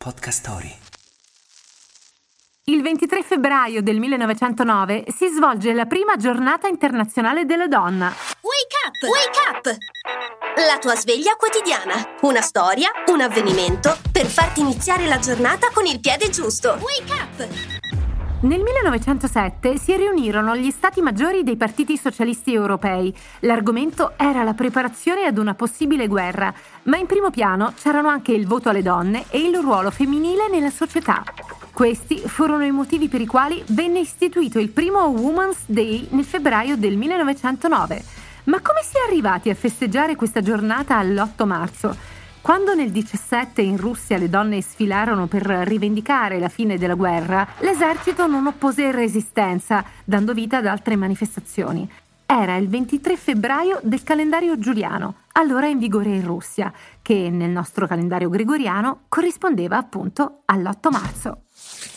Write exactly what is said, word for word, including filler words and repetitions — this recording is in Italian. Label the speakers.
Speaker 1: Podcast Story.
Speaker 2: Il ventitré febbraio del millenovecentonove si svolge la prima giornata internazionale della donna.
Speaker 3: Wake up! Wake up! La tua sveglia quotidiana. Una storia, un avvenimento per farti iniziare la giornata con il piede giusto. Wake up!
Speaker 2: Nel millenovecentosette si riunirono gli stati maggiori dei partiti socialisti europei. L'argomento era la preparazione ad una possibile guerra, ma in primo piano c'erano anche il voto alle donne e il ruolo femminile nella società. Questi furono i motivi per i quali venne istituito il primo Women's Day nel febbraio del millenovecentonove. Ma come si è arrivati a festeggiare questa giornata all'otto marzo? Quando nel diciassette in Russia le donne sfilarono per rivendicare la fine della guerra, l'esercito non oppose resistenza, dando vita ad altre manifestazioni. Era il ventitré febbraio del calendario giuliano, allora in vigore in Russia, che nel nostro calendario gregoriano corrispondeva appunto all'otto marzo.